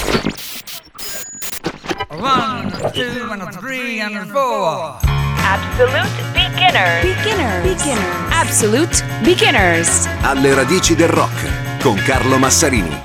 1, 2, and 3, and 4. Absolute beginners. Absolute beginners. Alle radici del rock con Carlo Massarini.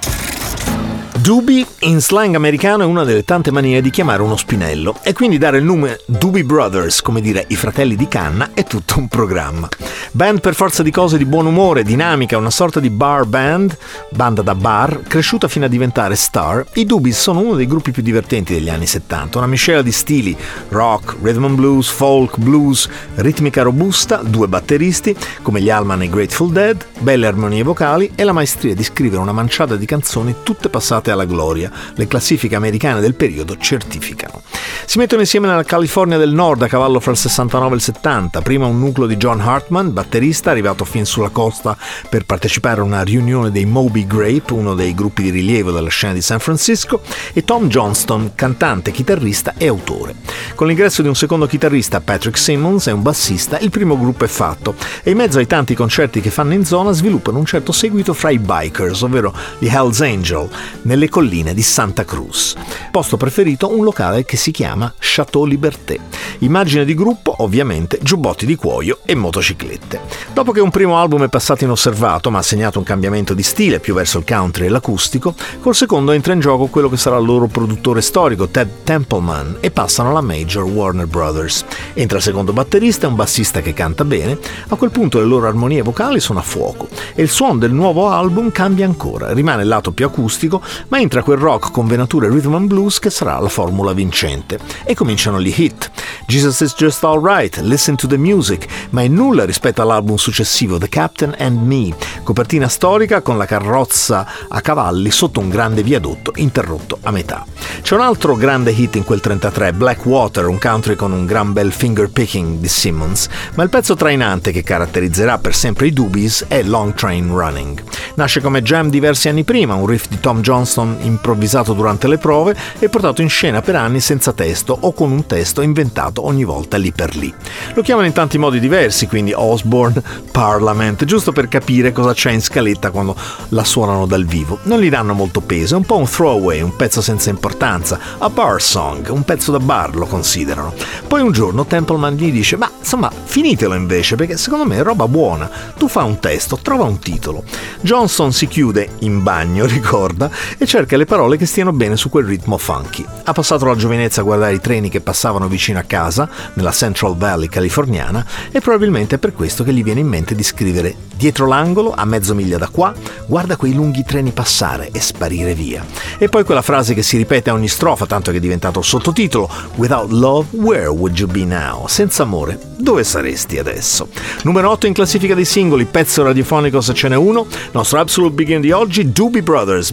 Doobie in slang americano è una delle tante manie di chiamare uno spinello e quindi dare il nome Doobie Brothers, come dire i fratelli di canna, è tutto un programma. Band per forza di cose di buon umore, dinamica, una sorta di bar band, banda da bar, cresciuta fino a diventare star, i Doobies sono uno dei gruppi più divertenti degli anni 70, una miscela di stili, rock, rhythm and blues, folk, blues, ritmica robusta, due batteristi, come gli Allman e i Grateful Dead, belle armonie vocali e la maestria di scrivere una manciata di canzoni tutte passate alla gloria, le classifiche americane del periodo certificano. Si mettono insieme nella California del Nord a cavallo fra il 69 e il 70, prima un nucleo di John Hartman, batterista, arrivato fin sulla costa per partecipare a una riunione dei Moby Grape, uno dei gruppi di rilievo della scena di San Francisco, e Tom Johnston, cantante, chitarrista e autore. Con l'ingresso di un secondo chitarrista, Patrick Simmons, e un bassista, il primo gruppo è fatto, e in mezzo ai tanti concerti che fanno in zona sviluppano un certo seguito fra i bikers, ovvero gli Hells Angel, nelle colline di Santa Cruz. Posto preferito un locale che si chiama Chateau Liberté. Immagine di gruppo, ovviamente, giubbotti di cuoio e motociclette. Dopo che un primo album è passato inosservato, ma ha segnato un cambiamento di stile più verso il country e l'acustico, col secondo entra in gioco quello che sarà il loro produttore storico, Ted Templeman, e passano alla major Warner Brothers. Entra il secondo batterista, un bassista che canta bene. A quel punto le loro armonie vocali sono a fuoco e il suono del nuovo album cambia ancora, rimane il lato più acustico, ma entra quel rock con venature rhythm and blues che sarà la formula vincente. E cominciano gli hit. Jesus is Just Alright, Listen to the Music, ma è nulla rispetto all'album successivo The Captain and Me, copertina storica con la carrozza a cavalli sotto un grande viadotto interrotto a metà. C'è un altro grande hit in quel 33, Blackwater, un country con un gran bel finger picking di Simmons, ma il pezzo trainante che caratterizzerà per sempre i Doobies è Long Train Running. Nasce come jam diversi anni prima, un riff di Tom Johnston improvvisato durante le prove e portato in scena per anni senza testo o con un testo inventato ogni volta lì per lì. Lo chiamano in tanti modi diversi, quindi Osborne, Parliament, giusto per capire cosa c'è in scaletta quando la suonano dal vivo. Non gli danno molto peso, è un po' un throwaway, un pezzo senza importanza, a bar song, un pezzo da bar lo considerano. Poi un giorno Templeman gli dice: ma insomma finitelo invece, perché secondo me è roba buona, tu fai un testo, trova un titolo. Johnston si chiude in bagno, ricorda, e cerca le parole che stiano bene su quel ritmo funky. Ha passato la giovinezza a guardare i treni che passavano vicino a casa, nella Central Valley californiana, e probabilmente è per questo che gli viene in mente di scrivere: dietro l'angolo, a mezzo miglia da qua, guarda quei lunghi treni passare e sparire via. E poi quella frase che si ripete a ogni strofa, tanto che è diventato sottotitolo: Without love, where would you be now? Senza amore, dove saresti adesso? Numero 8 in classifica dei singoli, pezzo radiofonico se ce n'è uno, nostro Absolute Begin di oggi, Doobie Brothers,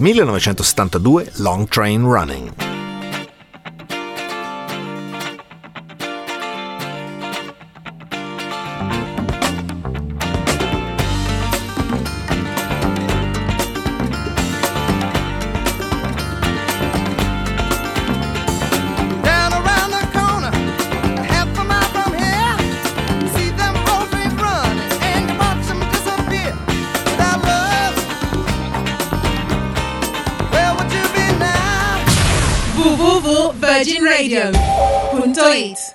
1972, Long Train Running. www.virginradio.it